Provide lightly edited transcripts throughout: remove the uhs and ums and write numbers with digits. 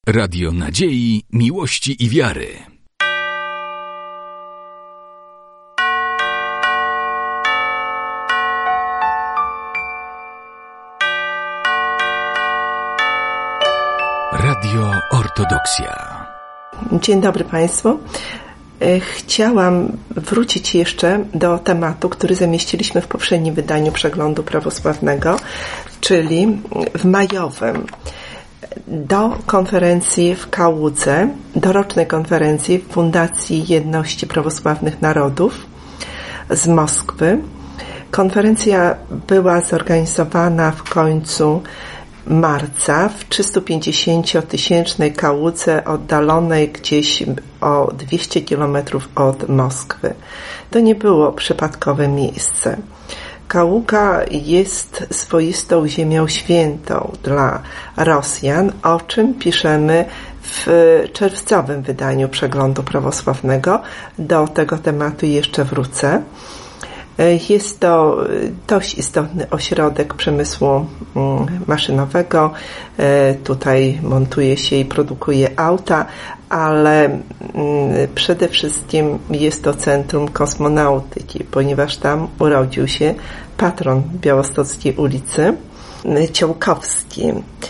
Radio Nadziei, Miłości i Wiary. Radio Ortodoksja. Dzień dobry Państwu. Chciałam wrócić jeszcze do tematu, który zamieściliśmy w poprzednim wydaniu Przeglądu Prawosławnego, czyli w majowym, do konferencji w Kałudze, dorocznej konferencji w Fundacji Jedności Prawosławnych Narodów z Moskwy. Konferencja była zorganizowana w końcu marca w 350-tysięcznej Kałudze, oddalonej gdzieś o 200 km od Moskwy. To nie było przypadkowe miejsce. Kaługa jest swoistą ziemią świętą dla Rosjan, o czym piszemy w czerwcowym wydaniu Przeglądu Prawosławnego. Do tego tematu jeszcze wrócę. Jest to dość istotny ośrodek przemysłu maszynowego. Tutaj montuje się i produkuje auta, ale przede wszystkim jest to centrum kosmonautyki, ponieważ tam urodził się patron Białostockiej ulicy, Ciołkowski,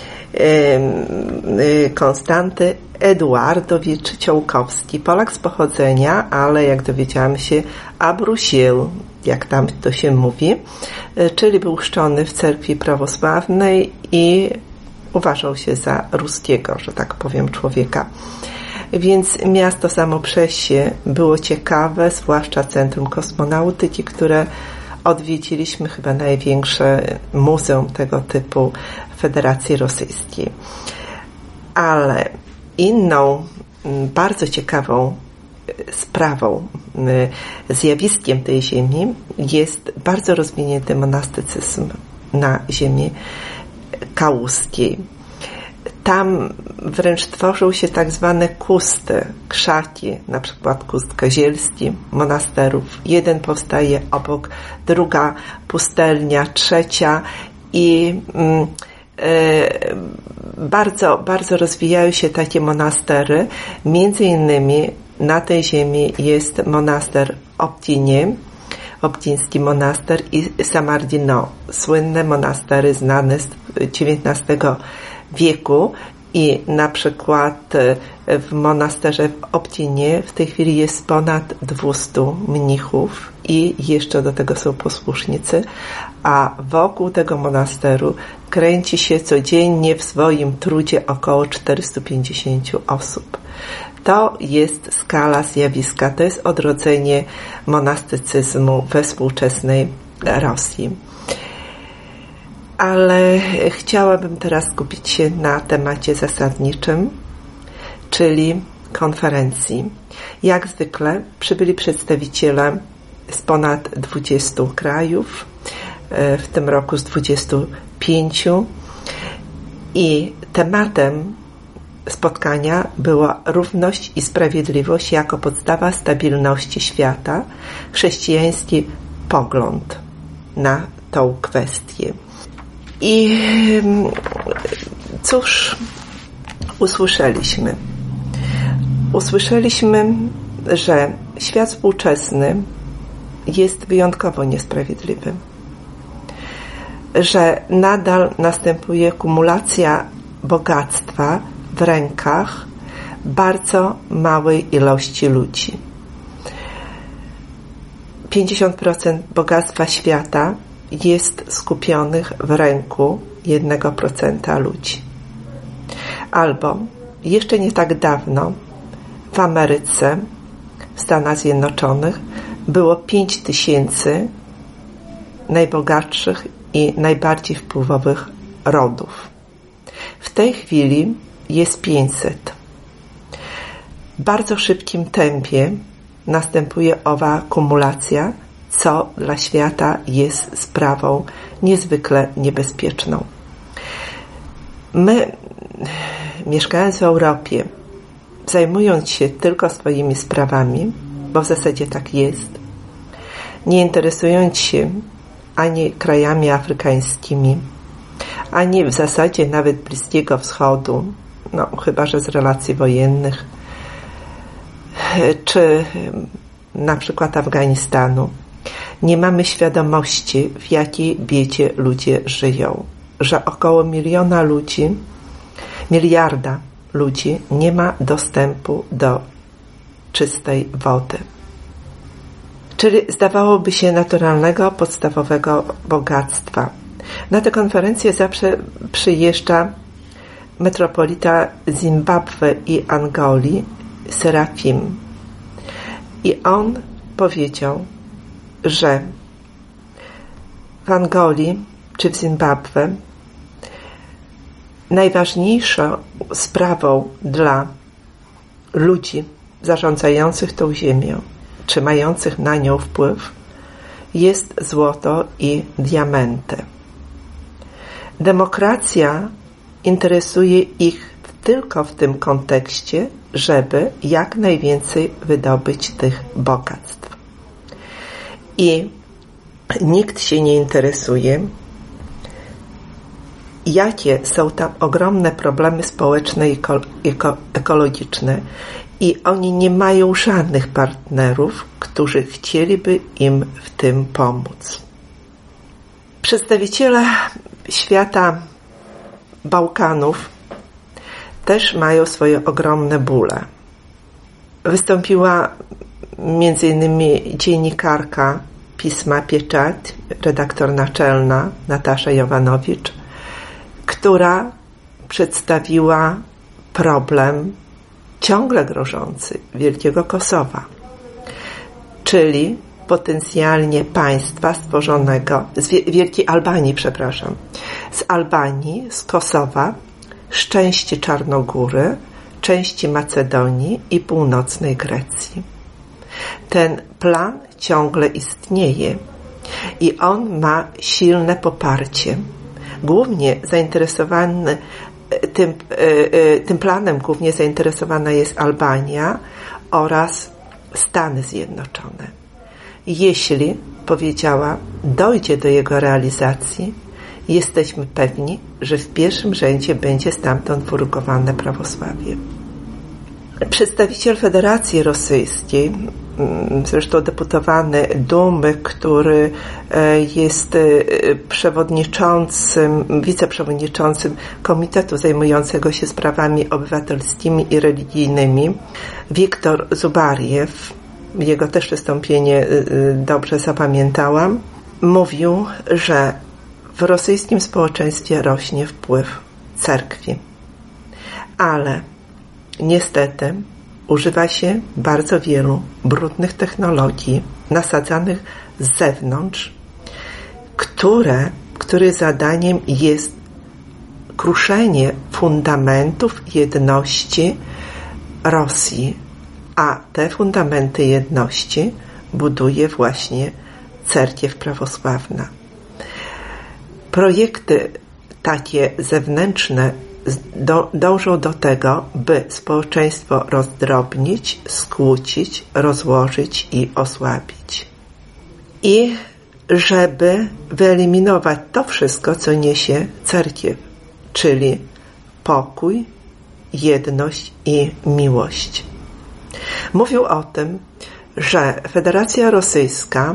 Konstanty Eduardowicz Ciołkowski, Polak z pochodzenia, ale jak dowiedziałam się, Abrusiel, jak tam to się mówi, czyli był chrzczony w cerkwi prawosławnej i uważał się za ruskiego, że tak powiem, człowieka. Więc miasto samo przez się było ciekawe, zwłaszcza Centrum Kosmonautyki, które odwiedziliśmy, chyba największe muzeum tego typu w Federacji Rosyjskiej. Ale inną, bardzo ciekawą sprawą, zjawiskiem tej ziemi jest bardzo rozwinięty monastycyzm na ziemi kałuskiej. Tam wręcz tworzą się tak zwane kusty, krzaki, na przykład Kust Kozielski, monasterów. Jeden powstaje obok, druga pustelnia, trzecia i bardzo, bardzo rozwijają się takie monastery. Między innymi na tej ziemi jest monaster Optinie, Optiński monaster i Samardino, słynne monastery znane z XIX wieku i na przykład w monasterze w Optinie w tej chwili jest ponad 200 mnichów i jeszcze do tego są posłusznicy, a wokół tego monasteru kręci się codziennie w swoim trudzie około 450 osób. To jest skala zjawiska, to jest odrodzenie monastycyzmu we współczesnej Rosji. Ale chciałabym teraz skupić się na temacie zasadniczym, czyli konferencji. Jak zwykle przybyli przedstawiciele z ponad 20 krajów, w tym roku z 25 i tematem spotkania była równość i sprawiedliwość jako podstawa stabilności świata, chrześcijański pogląd na tą kwestię. I cóż usłyszeliśmy? Usłyszeliśmy, że świat współczesny jest wyjątkowo niesprawiedliwy, że nadal następuje kumulacja bogactwa w rękach bardzo małej ilości ludzi. 50% bogactwa świata jest skupionych w ręku 1% ludzi. Albo jeszcze nie tak dawno w Ameryce, w Stanach Zjednoczonych było 5000 najbogatszych i najbardziej wpływowych rodów. W tej chwili jest 500. W bardzo szybkim tempie następuje owa kumulacja, co dla świata jest sprawą niezwykle niebezpieczną. My, mieszkając w Europie, zajmując się tylko swoimi sprawami, bo w zasadzie tak jest, nie interesując się ani krajami afrykańskimi, ani w zasadzie nawet Bliskiego Wschodu, chyba że z relacji wojennych, czy na przykład Afganistanu, nie mamy świadomości, w jakiej biedzie ludzie żyją, że około miliarda ludzi nie ma dostępu do czystej wody. Czyli zdawałoby się naturalnego, podstawowego bogactwa. Na tę konferencję zawsze przyjeżdża metropolita Zimbabwe i Angolii, Serafim. I on powiedział, że w Angolii czy w Zimbabwe najważniejszą sprawą dla ludzi zarządzających tą ziemią, czy mających na nią wpływ, jest złoto i diamenty. Demokracja interesuje ich tylko w tym kontekście, żeby jak najwięcej wydobyć tych bogactw. I nikt się nie interesuje, jakie są tam ogromne problemy społeczne i ekologiczne, i oni nie mają żadnych partnerów, którzy chcieliby im w tym pomóc. Przedstawiciele świata Bałkanów też mają swoje ogromne bóle. Wystąpiła m.in. dziennikarka pisma Pieczat, redaktor naczelna Natasza Jovanowicz, która przedstawiła problem ciągle grożący Wielkiego Kosowa, czyli potencjalnie państwa stworzonego z Wielkiej Albanii, z Albanii, z Kosowa, z części Czarnogóry, części Macedonii i północnej Grecji. Ten plan ciągle istnieje i on ma silne poparcie. Głównie zainteresowany tym planem głównie zainteresowana jest Albania oraz Stany Zjednoczone. Jeśli, powiedziała, dojdzie do jego realizacji, jesteśmy pewni, że w pierwszym rzędzie będzie stamtąd wyrugowane prawosławie. Przedstawiciel Federacji Rosyjskiej, zresztą deputowany Dumy, który jest wiceprzewodniczącym Komitetu zajmującego się sprawami obywatelskimi i religijnymi, Wiktor Zubariew, jego też wystąpienie dobrze zapamiętałam, mówił, że w rosyjskim społeczeństwie rośnie wpływ cerkwi, ale niestety używa się bardzo wielu brudnych technologii nasadzanych z zewnątrz, których zadaniem jest kruszenie fundamentów jedności Rosji, a te fundamenty jedności buduje właśnie cerkiew prawosławna. Projekty takie zewnętrzne dążą do tego, by społeczeństwo rozdrobnić, skłócić, rozłożyć i osłabić. I żeby wyeliminować to wszystko, co niesie cerkiew, czyli pokój, jedność i miłość. Mówił o tym, że Federacja Rosyjska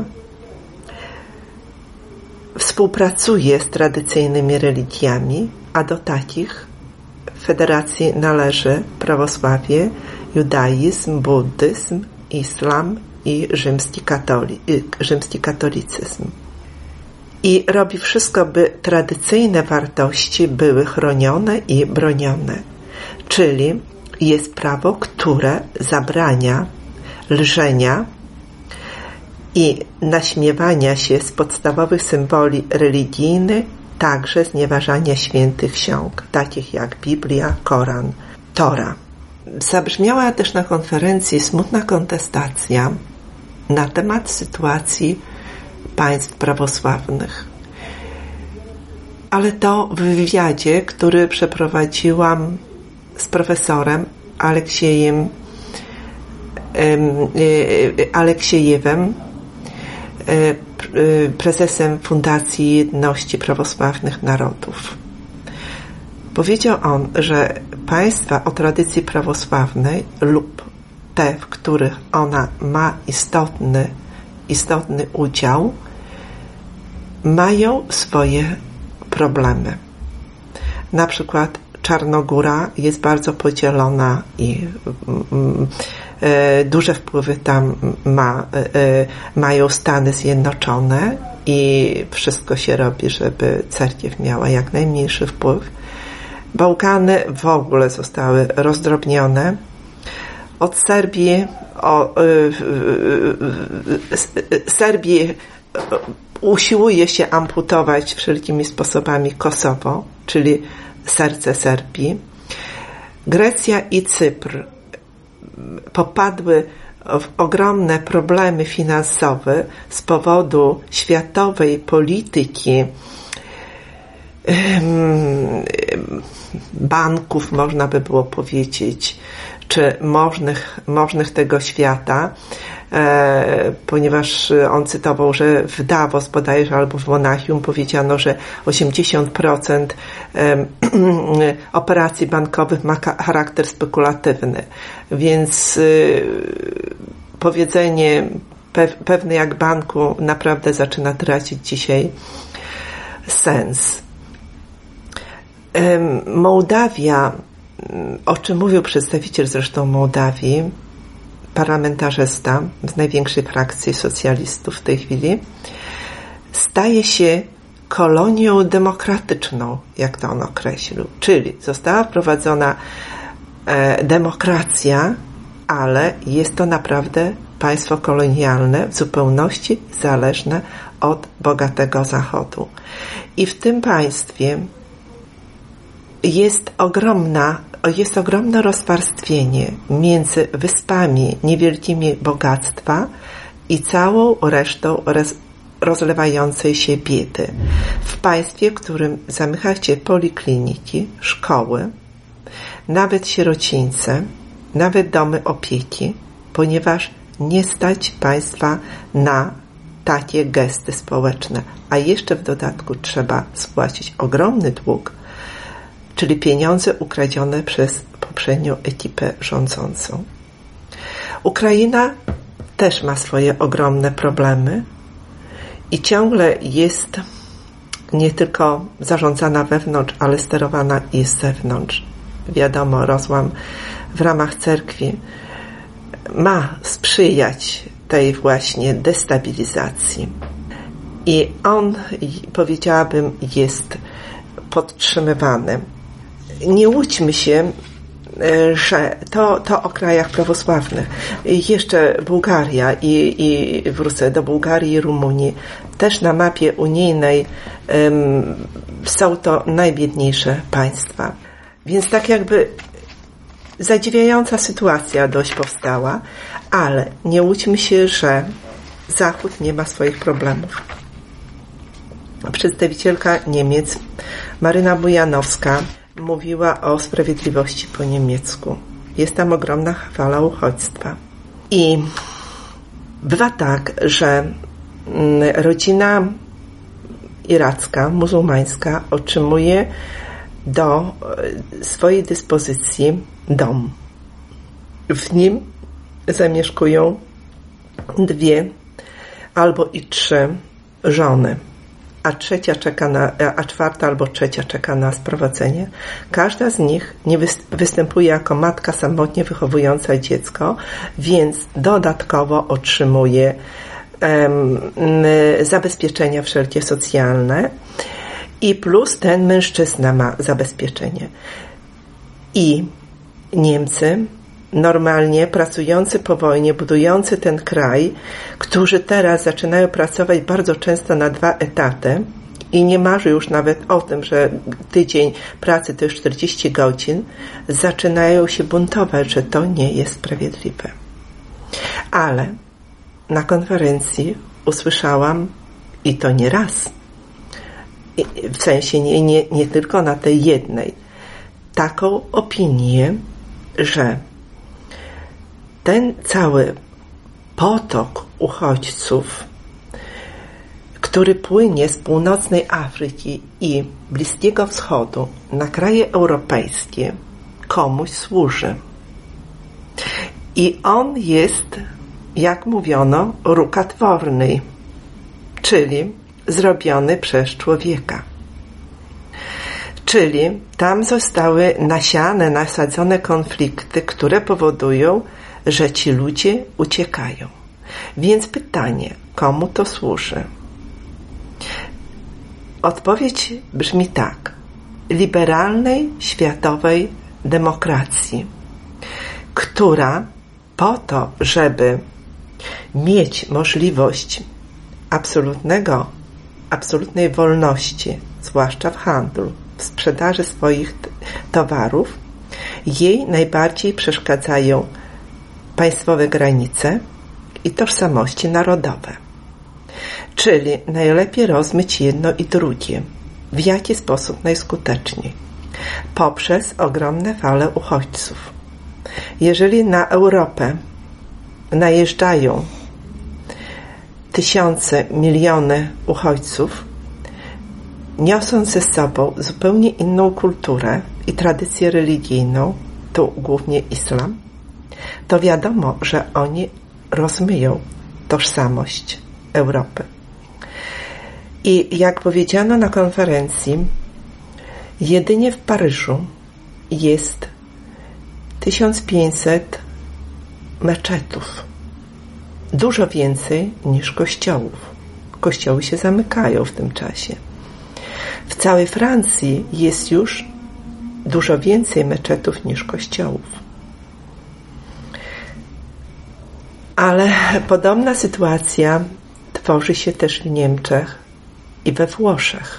współpracuje z tradycyjnymi religiami, a do takich federacji należy prawosławie, judaizm, buddyzm, islam i rzymski katolicyzm. I robi wszystko, by tradycyjne wartości były chronione i bronione. Czyli jest prawo, które zabrania lżenia i naśmiewania się z podstawowych symboli religijnych, także znieważania świętych ksiąg, takich jak Biblia, Koran, Tora. Zabrzmiała też na konferencji smutna kontestacja na temat sytuacji państw prawosławnych. Ale to w wywiadzie, który przeprowadziłam z profesorem Aleksiejewem, prezesem Fundacji Jedności Prawosławnych Narodów. Powiedział on, że państwa o tradycji prawosławnej lub te, w których ona ma istotny udział, mają swoje problemy. Na przykład Czarnogóra jest bardzo podzielona i duże wpływy tam mają Stany Zjednoczone i wszystko się robi, żeby cerkiew miała jak najmniejszy wpływ. Bałkany w ogóle zostały rozdrobnione. Od Serbii usiłuje się amputować wszelkimi sposobami Kosowo, czyli serce Serbii. Grecja i Cypr popadły w ogromne problemy finansowe z powodu światowej polityki banków, można by było powiedzieć, czy możnych tego świata, ponieważ on cytował, że w Davos bodajże albo w Monachium powiedziano, że 80% operacji bankowych ma charakter spekulatywny, więc powiedzenie pewne jak banku naprawdę zaczyna tracić dzisiaj sens. Mołdawia, o czym mówił przedstawiciel zresztą Mołdawii, parlamentarzysta z największej frakcji socjalistów w tej chwili, staje się kolonią demokratyczną, jak to on określił. Czyli została wprowadzona demokracja, ale jest to naprawdę państwo kolonialne, w zupełności zależne od bogatego Zachodu. I w tym państwie jest ogromne rozwarstwienie między wyspami niewielkimi bogactwa i całą resztą rozlewającej się biedy. W państwie, w którym zamyka się polikliniki, szkoły, nawet sierocińce, nawet domy opieki, ponieważ nie stać państwa na takie gesty społeczne, a jeszcze w dodatku trzeba spłacić ogromny dług, czyli pieniądze ukradzione przez poprzednią ekipę rządzącą. Ukraina też ma swoje ogromne problemy i ciągle jest nie tylko zarządzana wewnątrz, ale sterowana i z zewnątrz. Wiadomo, rozłam w ramach cerkwi ma sprzyjać tej właśnie destabilizacji. I on, powiedziałabym, jest podtrzymywany. Nie łudźmy się, że to o krajach prawosławnych. Jeszcze Bułgaria i wrócę do Bułgarii i Rumunii. Też na mapie unijnej są to najbiedniejsze państwa. Więc tak jakby zadziwiająca sytuacja dość powstała, ale nie łudźmy się, że Zachód nie ma swoich problemów. Przedstawicielka Niemiec Maryna Bujanowska mówiła o sprawiedliwości po niemiecku. Jest tam ogromna fala uchodźstwa. I bywa tak, że rodzina iracka, muzułmańska otrzymuje do swojej dyspozycji dom. W nim zamieszkują 2 albo i 3 żony, a 4 albo 3 czeka na sprowadzenie. Każda z nich nie występuje jako matka samotnie wychowująca dziecko, więc dodatkowo otrzymuje zabezpieczenia wszelkie socjalne i plus ten mężczyzna ma zabezpieczenie. I Niemcy, normalnie pracujący po wojnie, budujący ten kraj, którzy teraz zaczynają pracować bardzo często na 2 etaty i nie marzą już nawet o tym, że tydzień pracy to już 40 godzin, zaczynają się buntować, że to nie jest sprawiedliwe. Ale na konferencji usłyszałam, i to nie raz, w sensie nie tylko na tej jednej, taką opinię, że ten cały potok uchodźców, który płynie z północnej Afryki i Bliskiego Wschodu na kraje europejskie, komuś służy. I on jest, jak mówiono, rukotworny, czyli zrobiony przez człowieka. Czyli tam zostały nasadzone konflikty, które powodują, że ci ludzie uciekają. Więc pytanie, komu to służy? Odpowiedź brzmi tak. Liberalnej, światowej demokracji, która po to, żeby mieć możliwość absolutnej wolności, zwłaszcza w handlu, w sprzedaży swoich towarów, jej najbardziej przeszkadzają państwowe granice i tożsamości narodowe. Czyli najlepiej rozmyć jedno i drugie. W jaki sposób najskuteczniej? Poprzez ogromne fale uchodźców. Jeżeli na Europę najeżdżają tysiące, miliony uchodźców, niosąc ze sobą zupełnie inną kulturę i tradycję religijną, tu głównie islam, to wiadomo, że oni rozmyją tożsamość Europy. I jak powiedziano na konferencji, jedynie w Paryżu jest 1500 meczetów. Dużo więcej niż kościołów. Kościoły się zamykają w tym czasie. W całej Francji jest już dużo więcej meczetów niż kościołów. Ale podobna sytuacja tworzy się też w Niemczech i we Włoszech.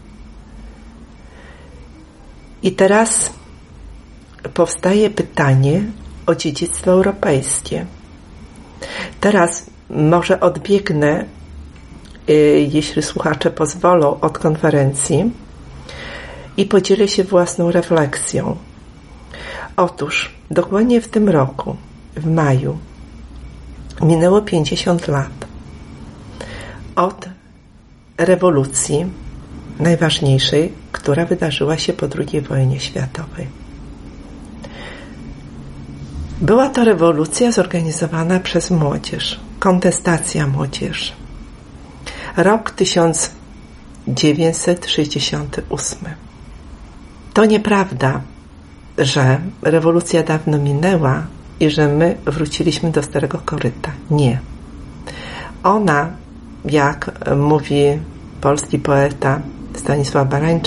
I teraz powstaje pytanie o dziedzictwo europejskie. Teraz może odbiegnę, jeśli słuchacze pozwolą, od konferencji i podzielę się własną refleksją. Otóż dokładnie w tym roku, w maju, minęło 50 lat od rewolucji najważniejszej, która wydarzyła się po II wojnie światowej. Była to rewolucja zorganizowana przez młodzież, kontestacja młodzieży. Rok 1968. To nieprawda, że rewolucja dawno minęła i że my wróciliśmy do starego koryta. Nie. Ona, jak mówi polski poeta Stanisław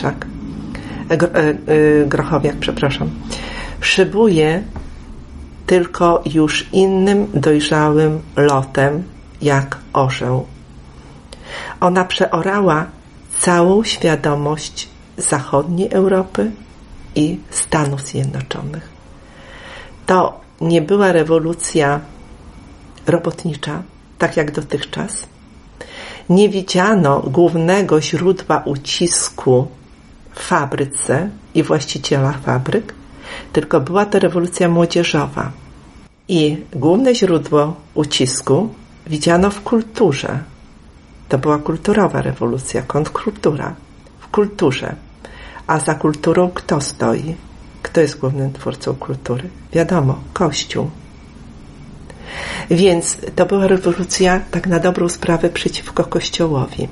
Grochowiak, szybuje tylko już innym, dojrzałym lotem, jak orzeł. Ona przeorała całą świadomość zachodniej Europy i Stanów Zjednoczonych. To nie była rewolucja robotnicza, tak jak dotychczas. Nie widziano głównego źródła ucisku w fabryce i właściciela fabryk, tylko była to rewolucja młodzieżowa. I główne źródło ucisku widziano w kulturze. To była kulturowa rewolucja, kontrkultura w kulturze. A za kulturą kto stoi? Kto jest głównym twórcą kultury? Wiadomo, Kościół. Więc to była rewolucja tak na dobrą sprawę przeciwko Kościołowi,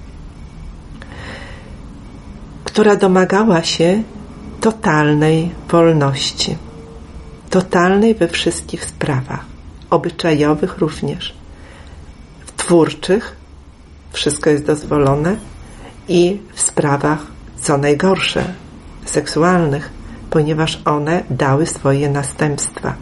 która domagała się totalnej wolności. Totalnej we wszystkich sprawach. Obyczajowych również. Twórczych wszystko jest dozwolone i w sprawach, co najgorsze, seksualnych, ponieważ one dały swoje następstwa.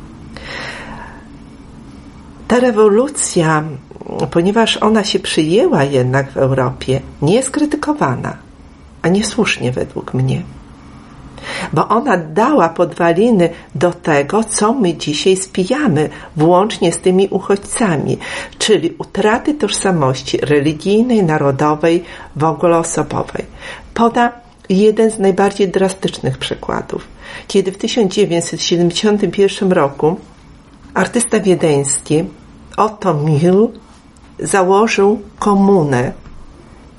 Ta rewolucja, ponieważ ona się przyjęła jednak w Europie, nie jest krytykowana, a niesłusznie według mnie. Bo ona dała podwaliny do tego, co my dzisiaj spijamy, włącznie z tymi uchodźcami, czyli utraty tożsamości religijnej, narodowej, w ogóle osobowej. Poda jeden z najbardziej drastycznych przykładów. Kiedy w 1971 roku artysta wiedeński Otto Mill założył komunę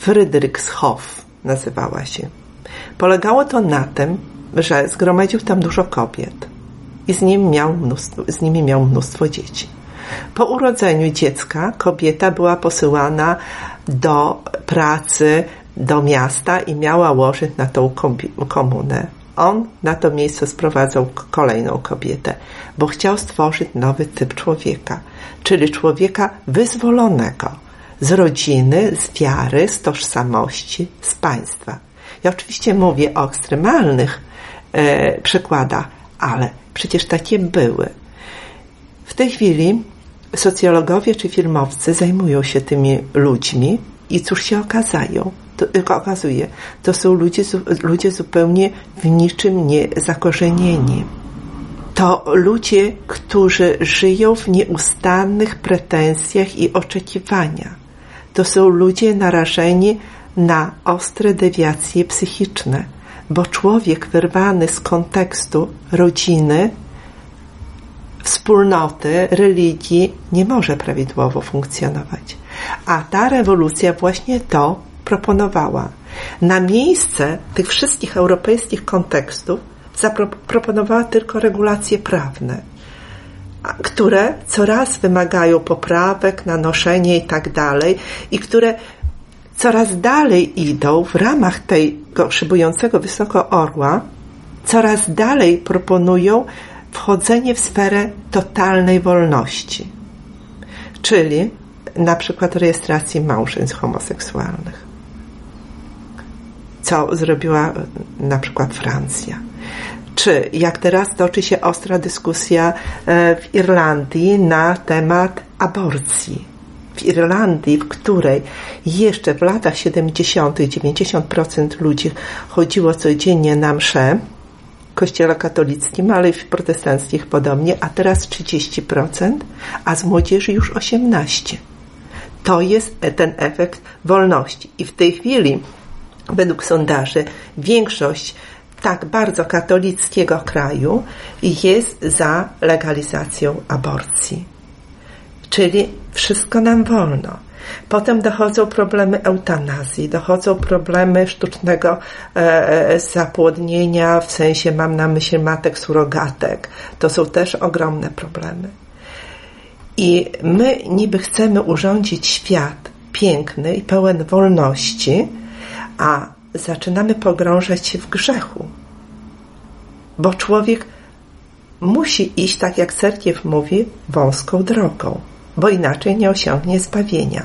Friedrichshof nazywała się. Polegało to na tym, że zgromadził tam dużo kobiet i z nimi miał mnóstwo dzieci. Po urodzeniu dziecka kobieta była posyłana do pracy, do miasta i miała łożyć na tą komunę. On na to miejsce sprowadzał kolejną kobietę, bo chciał stworzyć nowy typ człowieka, czyli człowieka wyzwolonego z rodziny, z wiary, z tożsamości, z państwa. Ja oczywiście mówię o ekstremalnych przykładach, ale przecież takie były. W tej chwili socjologowie czy filmowcy zajmują się tymi ludźmi i cóż się okazuje? To są ludzie zupełnie w niczym nie zakorzenieni. To ludzie, którzy żyją w nieustannych pretensjach i oczekiwaniach. To są ludzie narażeni na ostre dewiacje psychiczne, bo człowiek wyrwany z kontekstu rodziny, wspólnoty, religii nie może prawidłowo funkcjonować. A ta rewolucja właśnie to proponowała. Na miejsce tych wszystkich europejskich kontekstów zaproponowała tylko regulacje prawne, które coraz wymagają poprawek, nanoszenia i tak dalej, i które coraz dalej idą w ramach tego szybującego wysoko orła, coraz dalej proponują wchodzenie w sferę totalnej wolności, czyli na przykład rejestracji małżeństw homoseksualnych, co zrobiła na przykład Francja. Czy jak teraz toczy się ostra dyskusja w Irlandii na temat aborcji. W Irlandii, w której jeszcze w latach 70. 90% ludzi chodziło codziennie na msze w kościele katolickim, ale i w protestanckich podobnie, a teraz 30%, a z młodzieży już 18%. To jest ten efekt wolności. I w tej chwili, według sondaży, większość tak bardzo katolickiego kraju jest za legalizacją aborcji. Czyli wszystko nam wolno. Potem dochodzą problemy eutanazji, dochodzą problemy sztucznego zapłodnienia, w sensie mam na myśli matek surogatek. To są też ogromne problemy. I my niby chcemy urządzić świat piękny i pełen wolności, a zaczynamy pogrążać się w grzechu. Bo człowiek musi iść, tak jak cerkiew mówi, wąską drogą, bo inaczej nie osiągnie zbawienia.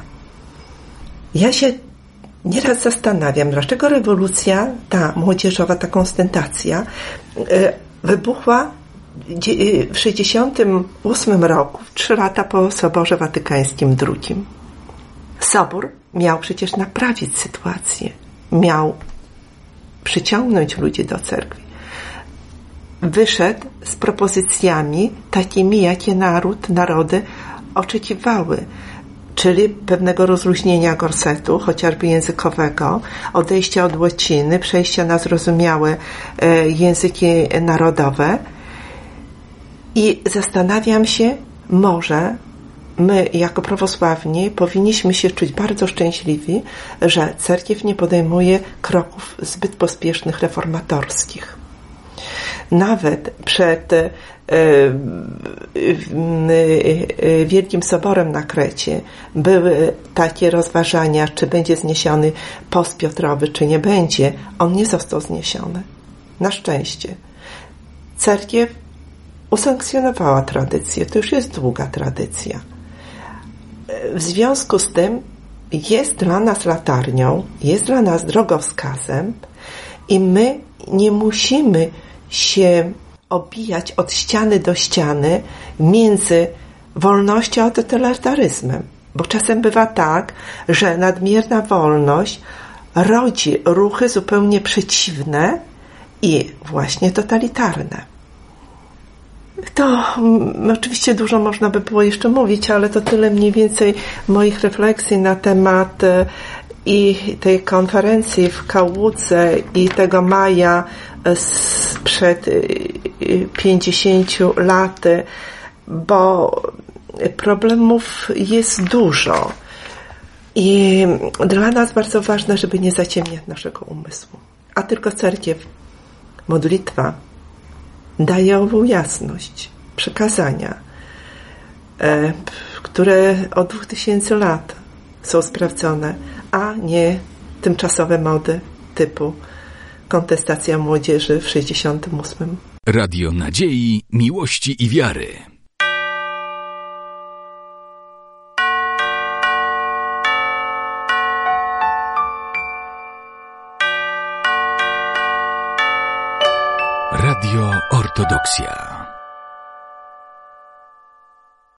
Ja się nieraz zastanawiam, dlaczego rewolucja, ta młodzieżowa, ta konstentacja wybuchła w 1968 roku, 3 lata po Soborze Watykańskim II. Sobór miał przecież naprawić sytuację, miał przyciągnąć ludzi do cerkwi. Wyszedł z propozycjami takimi, jakie narody oczekiwały, czyli pewnego rozluźnienia gorsetu, chociażby językowego, odejścia od łaciny, przejścia na zrozumiałe języki narodowe. I zastanawiam się, może my jako prawosławni powinniśmy się czuć bardzo szczęśliwi, że cerkiew nie podejmuje kroków zbyt pospiesznych reformatorskich. Nawet przed Wielkim Soborem na Krecie były takie rozważania, czy będzie zniesiony post Piotrowy, czy nie będzie. On nie został zniesiony. Na szczęście. Cerkiew usankcjonowała tradycję. To już jest długa tradycja. W związku z tym jest dla nas latarnią, jest dla nas drogowskazem i my nie musimy się obijać od ściany do ściany między wolnością a totalitaryzmem. Bo czasem bywa tak, że nadmierna wolność rodzi ruchy zupełnie przeciwne i właśnie totalitarne. To oczywiście dużo można by było jeszcze mówić, ale to tyle mniej więcej moich refleksji na temat i tej konferencji w Kałudze i tego maja sprzed 50 lat, bo problemów jest dużo I dla nas bardzo ważne, żeby nie zaciemniać naszego umysłu. A tylko cerkiew, modlitwa daje ową jasność, przekazania, które od 2000 lat są sprawdzone, a nie tymczasowe mody typu kontestacja młodzieży w 68. Radio Nadziei, Miłości i Wiary. Radio Ortodoksja.